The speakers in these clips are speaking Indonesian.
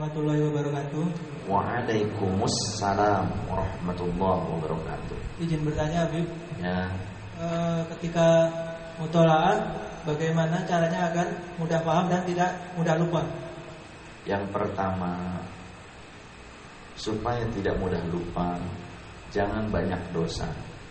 warahmatullahi wabarakatuh. Waalaikumsalam warahmatullahi wabarakatuh. Izin bertanya, Habib. Ya. Ketika mutola'ah, bagaimana caranya agar mudah paham dan tidak mudah lupa? Yang pertama, supaya tidak mudah lupa, jangan banyak dosa.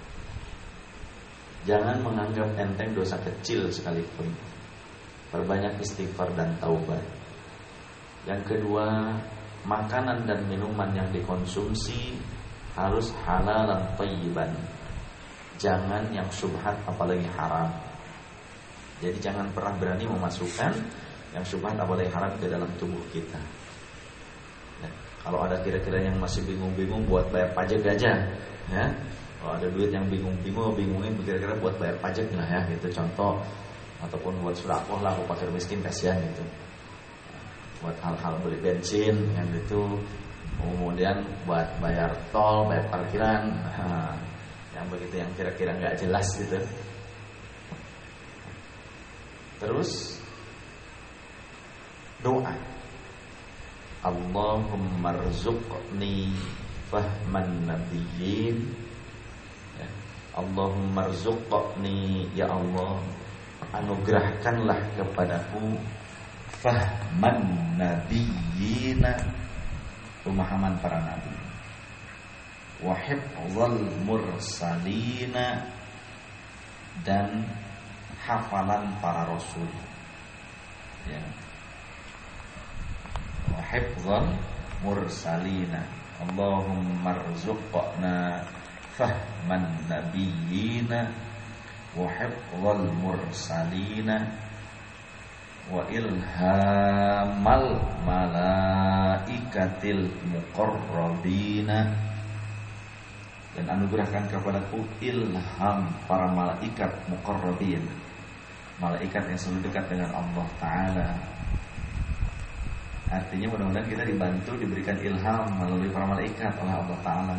Jangan menganggap enteng dosa kecil sekalipun. Perbanyak istighfar dan taubat. Yang kedua, makanan dan minuman yang dikonsumsi harus halal dan thayyiban. Jangan yang syubhat apalagi haram. Jadi jangan pernah berani memasukkan yang syubhat apalagi haram ke dalam tubuh kita. Nah, kalau ada kira-kira yang masih bingung-bingung buat bayar pajak aja, ya. Kalau ada duit yang bingungin kira-kira buat bayar pajak lah ya, gitu contoh, ataupun buat sedekah lah, aku fakir miskin kasihan gitu. Buat hal-hal beli bensin yang itu, kemudian buat bayar tol, bayar parkiran, yang begitu yang kira-kira nggak jelas gitu. Terus doa, Allahumma rzuqni fahman nabiyyin, ya. Allahumma rzuqni, ya Allah, anugerahkanlah kepadaku fahman nabiyyina, pemahaman para nabi, wa hifdzal mursalina, dan hafalan para rasul, ya. Wa hifdzal mursalina, Allahumma rzuqna fahman nabiyyina wa hifdzal mursalina wa ilhamal malaikatil muqarrabina, dan anugerahkan kepadaku ilham para malaikat muqarrabin, malaikat yang selalu dekat dengan Allah Ta'ala. Artinya mudah-mudahan kita dibantu, diberikan ilham melalui para malaikat oleh Allah Ta'ala.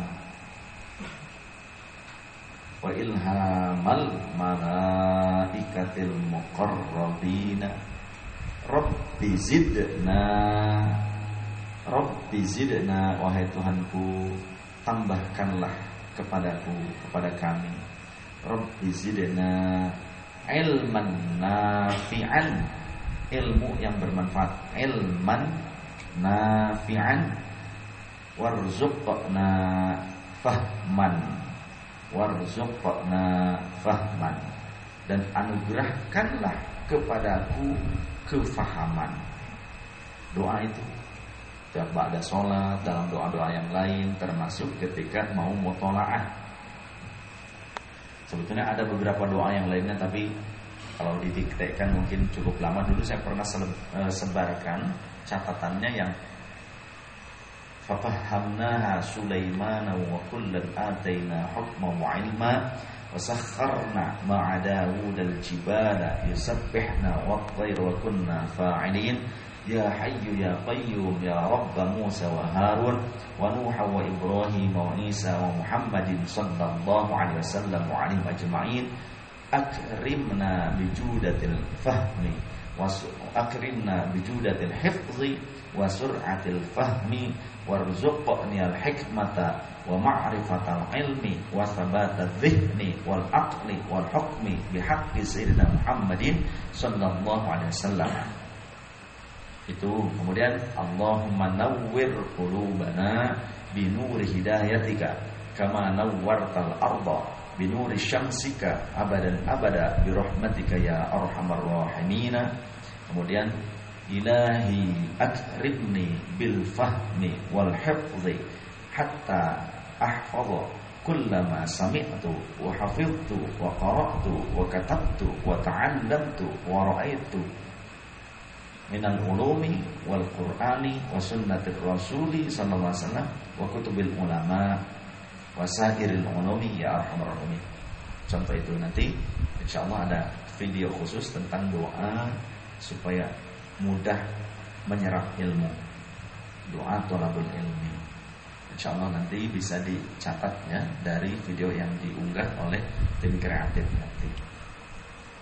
Wa ilhamal malaikatil muqarrabina, Rabbi zidna, wahai Tuhanku, tambahkanlah kepadaku, kepada kami, Rabbi zidna ilman nafi'an, ilmu yang bermanfaat, ilman nafi'an, warzuqna fahman, dan anugerahkanlah kepadaku kefahaman. Doa itu tiap ba'da sholat, dalam doa-doa yang lain, termasuk ketika mau mutola'ah. Sebetulnya ada beberapa doa yang lainnya, tapi kalau didiktekan mungkin cukup lama. Dulu saya pernah sebarkan catatannya yang fafahamnaha Sulaimana wa kullan ataina hukma wa ilma wa sakharna ma'a Dawud al-jibala yusabbihna wa at-tayra wa kunna fa'ilin. Ya Hayyu Ya Qayyum Ya Rabb Musa wa Harun wa Nuh wa Ibrahim wa Isa wa Muhammadin sallallahu alaihi wasallam wa alaihim ajma'in, akrimna bijudatil fahmi wa akrimna bijudatil hifzi wa sur'atil fahmi warzuqni al-hikmata wa ma'rifatal ilmi wa thabatadh dhihni wal aqli wal hukmi bihaqqi sayyidina Muhammadin sallallahu alaihi wasallam. Itu kemudian Allahumma nawwir qulubana binuri hidayatika kama nawwartal arda binuri syamsika abadan abada birahmatika ya arhamar rahimin. Kemudian ilahi akrimni bil fahmi wal hifzi hatta ahfadha kullama sami'tu wa hafidhtu wa qara'tu wa katabtu wa ta'allamtu wa ra'aytu minal ulumi wal qur'ani wa sunnatir rasuli sallallahu alaihi wasallam wa kutubil ulama wa sahiril ulumi ya arhamar rahimin. Contoh itu nanti insyaallah ada video khusus tentang doa supaya mudah menyerap ilmu, doa thalabul ilmi. Insyaallah nanti bisa dicatat ya dari video yang diunggah oleh tim kreatif nanti.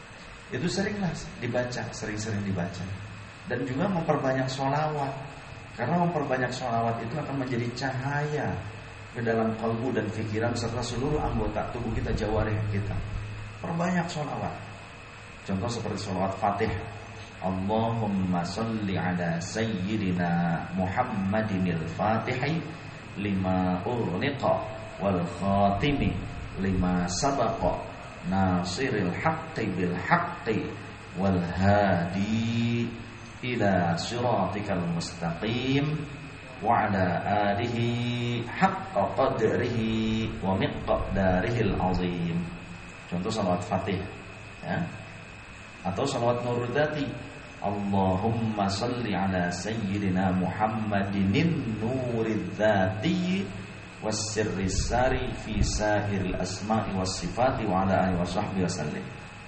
Itu seringlah dibaca, sering-sering dibaca. Dan juga memperbanyak sholawat Karena memperbanyak sholawat itu akan menjadi cahaya ke dalam kalbu dan pikiran serta seluruh anggota tubuh kita, jawarih kita. Perbanyak sholawat. Contoh seperti sholawat Fatih. Allahumma salli ala sayyidina Muhammadinil Fatihi lima ughliqa wal khatimi lima sabaqa nasiril haqqi bil haqqi wal hadi ila siratikal mustaqim wa ala alihi haqqa qadrihi wa miqdarihil azim. Contoh salawat Fatih ya. Atau salawat Nuruddati, Allahumma salli ala sayyidina Muhammadinin nuridzati wassirris sari fi sahiril asma'i was sifati wa ala alihi washabbihi wasallim.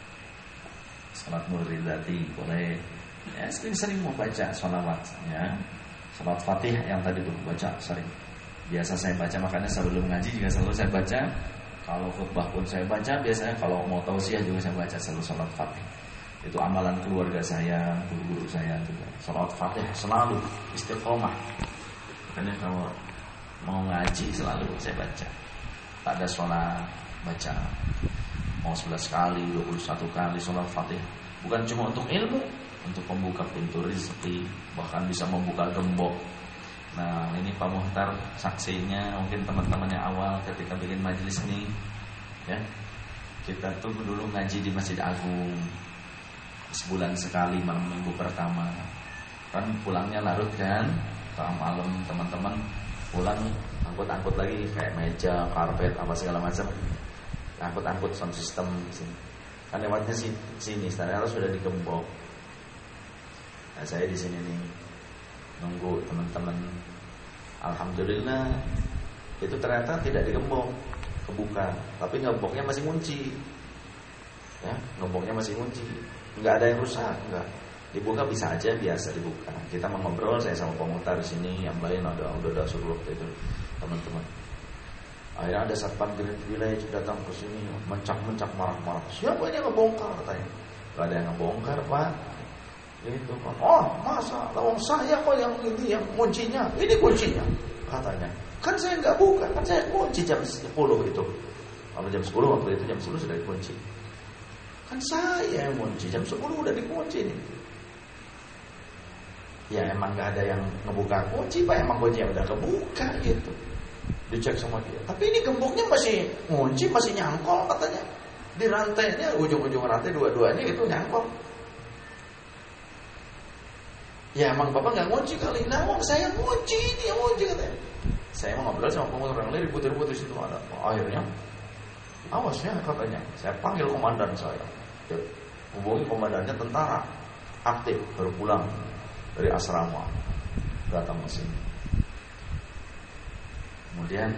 Salat Nuruddati boleh ya, sering membaca salawat ya. Salawat Fatih yang tadi itu baca sering. Biasa saya baca, makanya sebelum ngaji juga selalu saya baca. Kalau khutbah pun saya baca, biasanya kalau mau tausiah juga saya baca selalu salawat Fatih. Itu amalan keluarga saya, guru-guru saya juga. Salawat Fatih selalu istiqomah. Makanya kalau mau ngaji selalu saya baca. Tak ada sholat baca. Mau 11 kali, 21 kali salawat Fatih. Bukan cuma untuk ilmu, untuk membuka pintu rezeki, bahkan bisa membuka gembok. Nah, ini Pak Muhtar saksinya, mungkin teman-teman yang awal ketika bikin majelis ini ya. Kita tuh dulu ngaji di Masjid Agung. Sebulan sekali malam minggu pertama. Kan pulangnya larut kan, tengah malam teman-teman pulang angkut-angkut lagi kayak meja, karpet, apa segala macam. Angkut-angkut sound system sini. Kan lewatnya sini, sekarang sudah digembok. Nah, saya di sini nih nunggu teman-teman. Alhamdulillah itu ternyata tidak digembok, kebuka, tapi gemboknya masih kunci. Ya, gemboknya masih kunci. Enggak ada yang rusak, enggak. Dibuka bisa aja, biasa dibuka. Kita mau ngobrol, saya sama pemutar di sini, yang lain udah suruh waktu itu teman-teman. Akhirnya ada satpam wilayah datang ke sini, mencak-mencak marah-marah. Siapa yang ngebongkar katanya? Enggak ada yang ngebongkar, Pak. Itu kan. Oh, masa lawang saya kok yang ini yang kuncinya. Ini kuncinya katanya. Kan saya enggak buka, kan saya kunci jam 10 itu. Kalau jam 10 waktu itu jam 10 sudah dikunci. Kan saya yang kunci, jam 10 udah dikunci nih. Ya emang gak ada yang ngebuka kunci, Pak. Emang kunci yang udah kebuka gitu. Dicek sama dia. Tapi ini gemboknya masih kunci, masih nyangkol katanya. Di rantainya, ujung-ujung rantai dua-duanya itu nyangkol. Ya emang Bapak gak kunci kali. Nah, saya kunci, dia kunci katanya. Saya mau ngobrol sama pemutar yang lain, ribut-ribut di situ ada. Akhirnya awas ya katanya. Saya panggil komandan saya. Hubungi komandannya tentara aktif baru pulang dari asrama, datang ke sini. Kemudian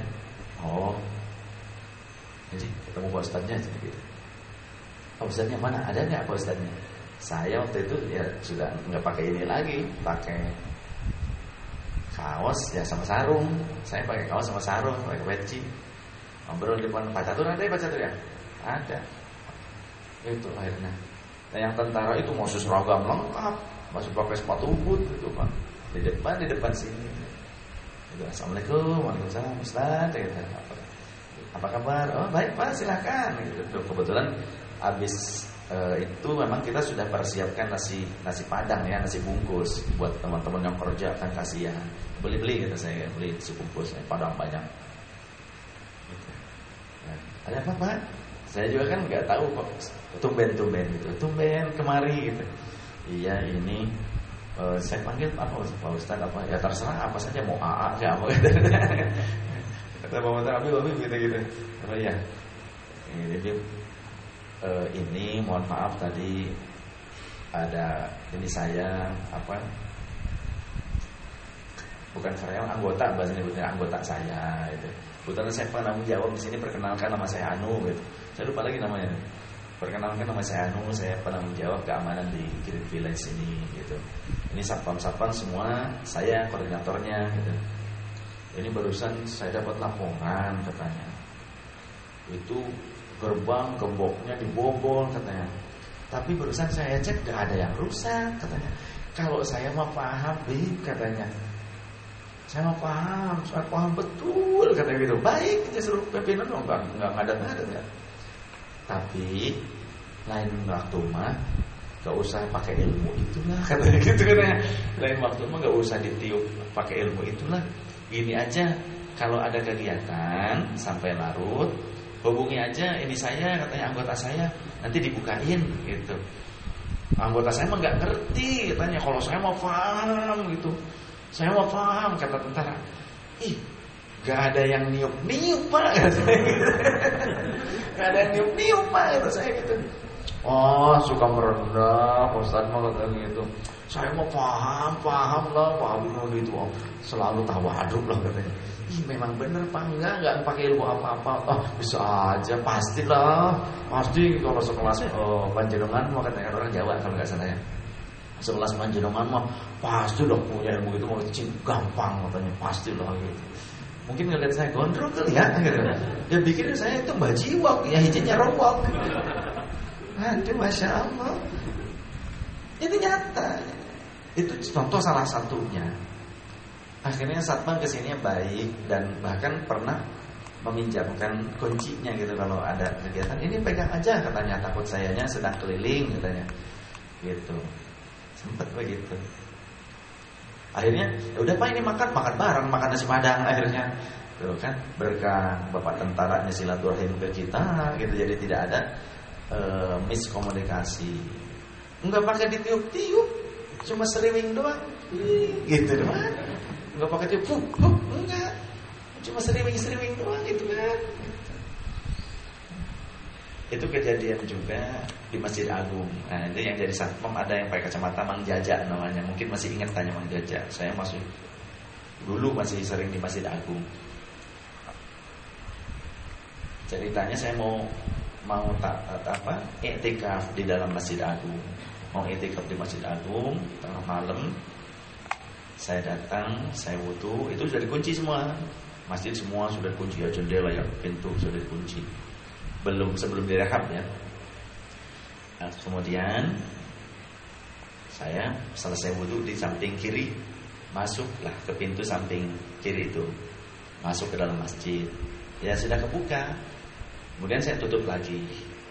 jadi ketemu Pak Ustadznya gitu. Pak Ustadznya mana? Ada nggak Pak Ustadznya? Saya waktu itu ya sudah nggak pakai ini lagi, pakai kaos ya sama sarung. Saya pakai kaos sama sarung, pakai peci. Ngobrol di depan Pak Catur, ada ya Pak Catur ya? Ada. Itu akhirnya. Nah yang tentara itu masih seragam lengkap, masih pakai sepatu boot gitu Pak. Di depan sini. Itu, Assalamualaikum, waalaikumsalam Ustaz. Apa kabar? Oh baik Pak, silakan. Gitu. Kebetulan habis itu memang kita sudah persiapkan nasi padang ya, nasi bungkus buat teman-teman yang kerja kan kasihan. Beli gitu saya beli nasi bungkus padang banyak. Gitu. Nah, ada apa Pak? Saya juga kan nggak tahu kok, tumben gitu, tumben kemari gitu. Iya ini saya panggil apa Pak Ustaz apa? Ya terserah apa saja mau AA aja apa gitu. Kata Pak Ustaz Abi gitu. Oh iya. Ini mohon maaf tadi ada ini saya apa? Bukan karyawan, anggota bahasa nyebutnya anggota saya gitu. Kebetulan saya penanggung jawab di sini, perkenalkan nama saya Anu gitu. Saya lupa lagi namanya. Perkenalkan nama saya Anu, saya penanggung jawab keamanan di Green Village ini gitu. Ini satpam-satpam semua, saya koordinatornya gitu. Ini barusan saya dapat laporan katanya. Itu gerbang gemboknya dibobol katanya. Tapi barusan saya cek gak ada yang rusak katanya. Kalau saya mah paham Bib katanya. Saya mau paham, saya paham betul kata gitu. Baik, kita suruh pimpinan enggak ngadat-ngadat ya. Tapi lain waktu mah gak usah pakai ilmu itulah katanya gitu katanya. Lain waktu mah gak usah ditiup pakai ilmu itulah. Gini aja, kalau ada kegiatan sampai larut, hubungi aja ini saya katanya anggota saya, nanti dibukain gitu. Anggota saya mah gak ngerti katanya. Kalau saya mau paham gitu, saya mau paham kata tentara. Ih, gak ada yang niup-niup pak kata saya gitu. Gak ada yang niup-niup pak kata saya gitu. Oh suka merendah Ustaz mah katanya gitu. Saya mau paham gitu. Oh, selalu tawaduk lah katanya. Ih memang bener pak, enggak pakai ilmu apa-apa. Oh bisa aja, pastilah. Pasti kalau sekelas panjenengan mah katanya orang Jawa kalau nggak salah ya. Sekelas panjenengan mah pasti udah punya ilmu itu, mau gampang katanya, pastilah gitu. Mungkin ngeliat saya gondrong kali ya gitu. Dia pikir saya itu bajiwak, ya hijinya rowak. Aduh Masya Allah. Itu nyata. Itu contoh salah satunya. Akhirnya satpam kesini baik dan bahkan pernah meminjamkan kuncinya gitu kalau ada kegiatan. Ini pegang aja katanya, takut sayanya sedang keliling katanya. Gitu. Sempet begitu. Akhirnya ya udah Pak ini makan bareng, makan nasi padang akhirnya. Tuh kan berkah Bapak tentaranya silaturahim ke kita gitu, jadi tidak ada miskomunikasi. Enggak pakai ditiup-tiup, cuma seriwing doang. Gitu doang. Enggak pakai tiup, enggak. Cuma seriwing doang gitu kan. Itu kejadian juga di Masjid Agung. Nah, itu yang jadi satpam ada yang pakai kacamata Mang Jaja namanya. Mungkin masih ingat tanya Mang Jaja. Saya dulu masih sering di Masjid Agung. Ceritanya saya mau iktikaf di dalam Masjid Agung. Mau iktikaf di Masjid Agung tengah malam. Saya datang, saya wudu, itu sudah dikunci semua. Masjid semua sudah dikunci, ya jendela ya pintu sudah dikunci. Sebelum direhab ya. Nah, kemudian saya selesai wudu di samping kiri, masuklah ke pintu samping kiri itu, masuk ke dalam masjid. Ya sudah kebuka. Kemudian saya tutup lagi.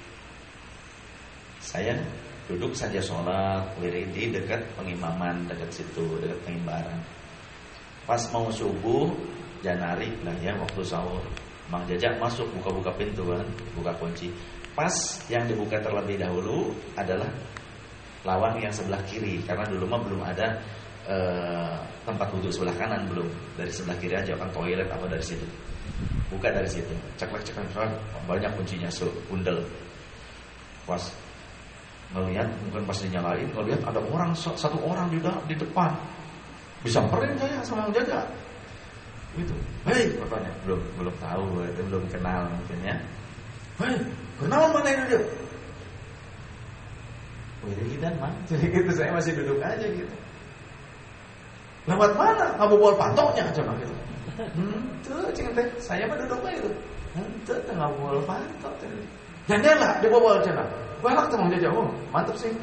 Saya duduk saja sholat wiridi dekat pengimaman, dekat situ, dekat pengimbaran. Pas mau subuh, janari lah ya waktu sahur. Mang Jajak masuk buka-buka pintu kan, buka kunci. Pas yang dibuka terlebih dahulu adalah lawang yang sebelah kiri, karena dulu mah belum ada tempat wudhu sebelah kanan, belum. Dari sebelah kiri aja kan toilet apa dari situ. Buka dari situ, ceklek banyak kuncinya sebundel. Pas ngelihat, bukan pas dinyalain, ngelihat ada satu orang di depan. Disamperin saya sama Mang Jajak. Gitu. Hei, katanya belum tahu, itu belum kenal mungkin ya. Hei, kenal mana itu dia? Wiridan mah, jadi gitu saya masih duduk aja gitu. Lewat mana? Ngabobol pantoknya coba gitu. Tuh cing teh, saya mah duduk aja gitu. Tuh ngabobol pantok teh. Jendela dibobol cenah. Balak tuh Mang Jajak, oh mantap sih.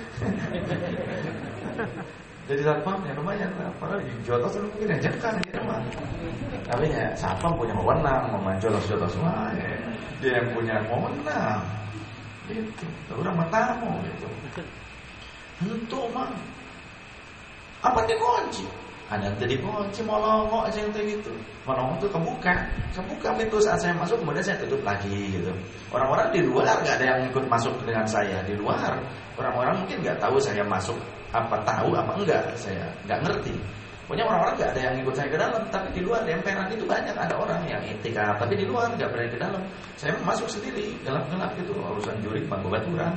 Jadi satpam ya lumayan lah. Padahal di jotos itu mungkin yang jengkang gitu mah. Tapi ya satpam punya wewenang jotos semua ya. Dia yang punya wewenang. Gitu. Orang mah tamu gitu. Hentu mah. Apa dikunci? Ada tadi kunci molongok aja yang gitu. Molongok itu kebuka pintu saat saya masuk, kemudian saya tutup lagi gitu. Orang-orang di luar nggak ada yang ikut masuk dengan saya di luar. Orang-orang mungkin nggak tahu saya masuk. Apa tahu apa enggak, saya enggak ngerti. Pokoknya orang-orang enggak ada yang ikut saya ke dalam, tapi di luar di emperan itu banyak ada orang yang iktikaf, tapi di luar enggak berani ke dalam. Saya masuk sendiri, gelap-gelap gitu, urusan jurik bang baturan.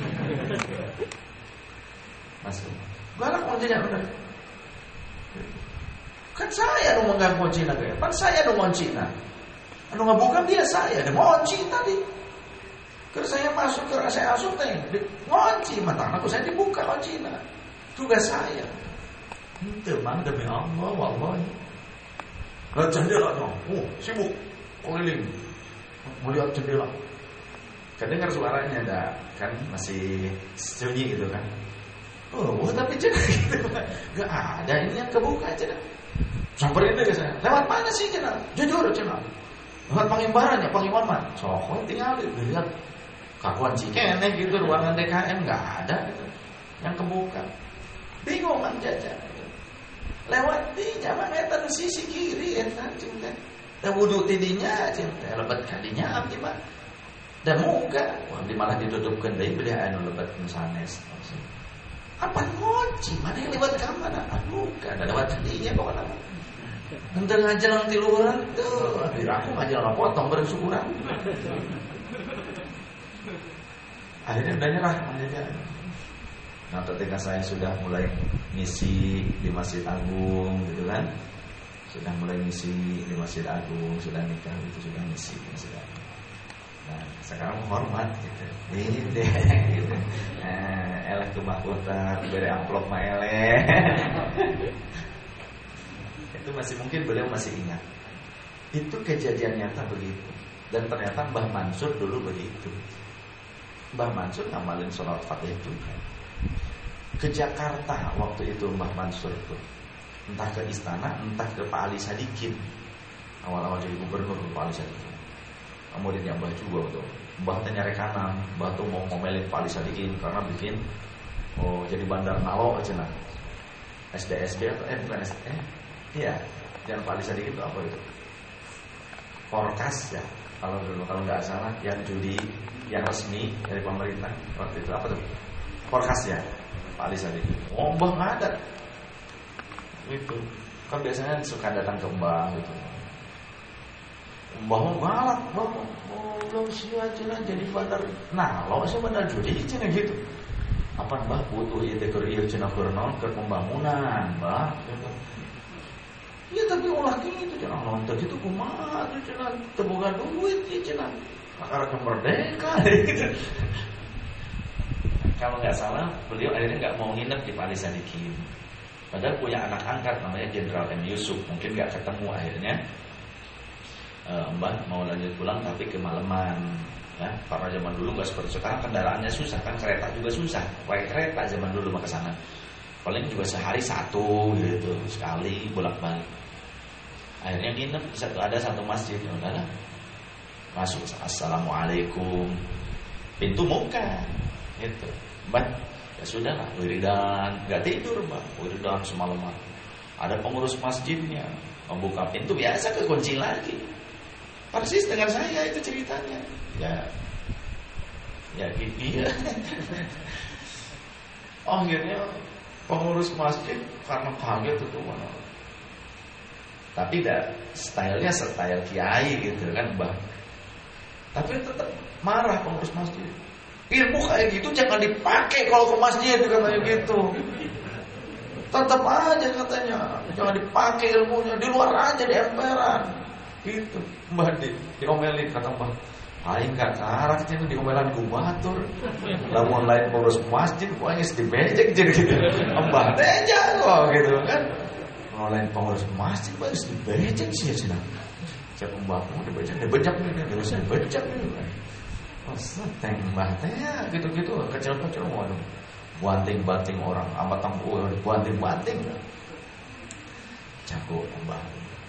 Masuk. Galak mau jajan benar. Kan saya dong mengganggu Cina kayak. Kan saya dong Cina. Anu ngabuka dia saya, ada ngunci tadi. Kalau saya masuk ke saya asup teh, ngunci mata anakku saya dibuka kuncinya. Tugas saya. Itu mang demi Allah wallahi. Kalau jendela dong, sibuk keliling melihat jendela. Kedengar suaranya ada kan masih sunyi gitu kan. Tapi jenah gitu. Gak ada ini yang kebuka aja dah. Samperin deh saya. Lewat mana sih cenah? Jujur cenah. Lewat pangimbaran ya, pangimaman. Sok tinggal lihat kakuan cikene gitu ruangan DKM enggak ada gitu. Yang kebuka. Bingung kan jajan. Lewat di zaman eta sisi kiri eta cinta. Da wudu tidinya cinta lebat kadinya abdi mah. Da muka, wah di malah ditutupkeun deui beli anu lebat sanes. Apa ngoci? Mana yang lewat ka mana? Muka, da lewat kadinya pokona. Henteu ngajelang ti luhuran tuh, diraku ngajelang potong bareng syukuran. Akhirnya udah nyerah aja. Nah, ketika saya sudah mulai misi di Masjid Agung gitu kan. Sudah mulai misi di Masjid Agung, sudah nikah itu sudah misi di Masjid Agung. Nah, sekarang hormat gitu. Ini deh gitu. Eleh ke mahkota, beri amplop mah eleh. Itu masih mungkin beliau masih ingat. Itu kejadian nyata begitu. Dan ternyata Mbah Mansur dulu begitu. Mbah Mansur ngamalin sholat Fatih itu kan. Ke Jakarta waktu itu Mbah Mansur tuh. Entah ke istana, entah ke Pak Ali Sadikin. Awal-awal jadi gubernur Pak Ali Sadikin. Muridnya Mbah juga tuh. Mbah tanya rekanan, Mbah tuh mau ngomelin Pak Ali Sadikin karena bikin jadi bandar nalo aja nah. SDSB atau bukan SDSB? Iya, jangan Pak Ali Sadikin itu apa itu? Porkas ya. Kalau nggak salah yang judi yang resmi dari pemerintah waktu itu apa tuh? Porkas ya. Pak Ali Sadikin. Oh, Mbah nggak ada. Itu kan biasanya suka datang ke Mbah gitu. Mbah galak, Mbah belum siap cina jadi bandar. Nah, lo sih bandar judi cina gitu. Apa Mbah butuh ieu teh keur ieu cina keur naon keur pembangunan, Mbah. Ya tapi ulah gitu cina nonton itu kumaha tuh cina teu boga duit ieu cina. Kakara merdeka gitu. Kalau nggak salah, beliau akhirnya nggak mau nginep di Pak Ali Sadikin. Padahal punya anak angkat namanya Jenderal M. Yusuf. Mungkin nggak ketemu akhirnya. Mbah mau lanjut pulang tapi kemalaman. Ya, karena zaman dulu nggak seperti sekarang kendaraannya susah kan, kereta juga susah. Pakai kereta zaman dulu mah ke sana. Paling juga sehari satu gitu, sekali bolak-balik. Akhirnya nginep ada satu masjid, ya udahlah. Masuk, assalamualaikum. Pintu muka, gitu. Mbah, ya sudahlah, wiridan, nggak tidur Mbah, wiridan semalaman. Ada pengurus masjidnya, membuka pintu biasa kekunci lagi. Persis dengan saya itu ceritanya. Ya gitu. Akhirnya pengurus masjid karena kaget itu mana. Tapi stylenya style kiai gitu kan Mbah. Tapi tetap marah pengurus masjid. Ilmu kayak gitu jangan dipakai kalau ke masjid katanya gitu. Tetap aja katanya, jangan dipakai ilmunya, di luar aja di emperan. Gitu. Mbah diomelin kata Mbah. Aing gak karang itu diomelan ku batur. Lamun lain pengurus masjid pokoknya dibejek jadi gitu. Mbah teh jago gitu kan. Lain pengurus masjid pokoknya dibejek sih cenah. Cek Mbahmu dibejek nih, terus dibejek nih. Teng Mbah teh gitu-gitu kecil-kecil waduh. Banting-banting orang amat tangguh banting-banting. Jago Mbah.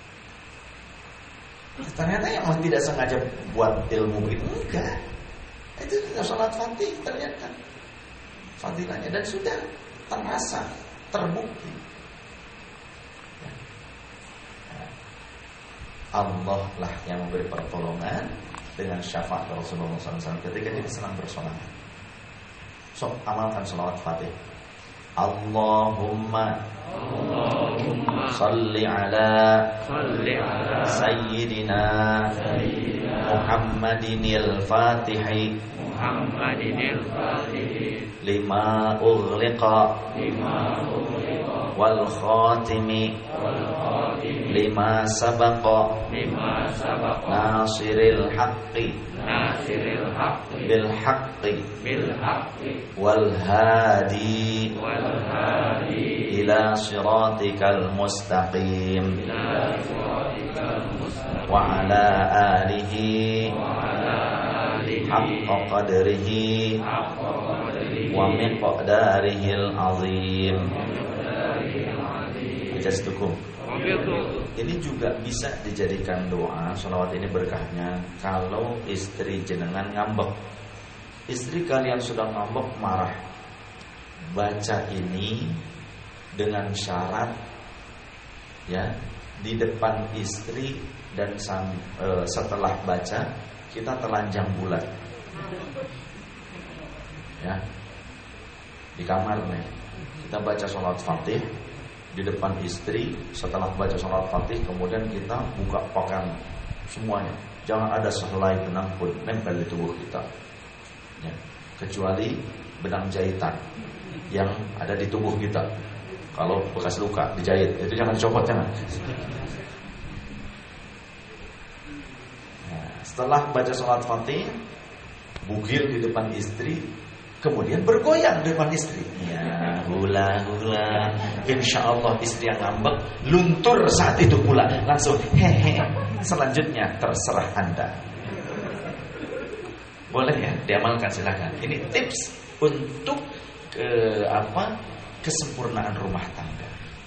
Ternyata yang tidak sengaja buat ilmu itu enggak. Itu tidak sholat Fatih ternyata fadilahnya dan sudah terasa, terbukti. Allah lah yang memberi pertolongan dengan syafaat Rasulullah SAW ketika kita senang bersolat. So, amalkan sholawat Fatih. Allahumma salli ala Sayyidina Muhammadinil Fatihi lima ughliqa wal khatimi lima sabaqa nasiril haqqi bil haqqi wal hadi ila siratikal mustaqim wa ala alihi haqqa qadrihi wa miqdarihil azim. Ajastukum Ini juga bisa dijadikan doa. Sholawat ini berkahnya kalau istri jenengan ngambek. Istri kalian sudah ngambek, marah, baca ini dengan syarat ya, di depan istri dan setelah baca kita telanjang bulat ya, di kamar nih kita baca sholawat Fatih di depan istri. Setelah baca sholawat Fatih kemudian kita buka pakaian semuanya, jangan ada sehelai benang pun nempel di tubuh kita ya, kecuali benang jahitan yang ada di tubuh kita. Kalau bekas luka dijahit itu jangan dicopot, jangan. Nah, setelah baca sholawat Fatih bugil di depan istri, kemudian bergoyang di depan istri ya, hula-hula. Insya Allah istri yang ngambek luntur saat itu pula, langsung hehe. Selanjutnya terserah Anda. Boleh ya diamalkan, silakan. Ini tips untuk kesempurnaan rumah tangga.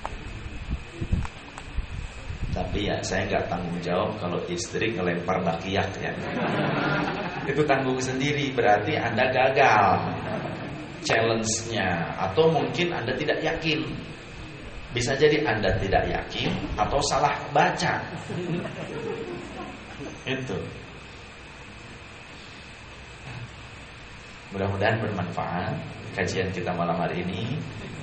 Tapi ya saya nggak tanggung jawab kalau istri ngelempar bakiak ya. Itu tanggung sendiri, berarti Anda gagal challenge-nya, atau mungkin Anda tidak yakin. Bisa jadi Anda tidak yakin atau salah baca. Itu. Mudah-mudahan bermanfaat kajian kita malam hari ini.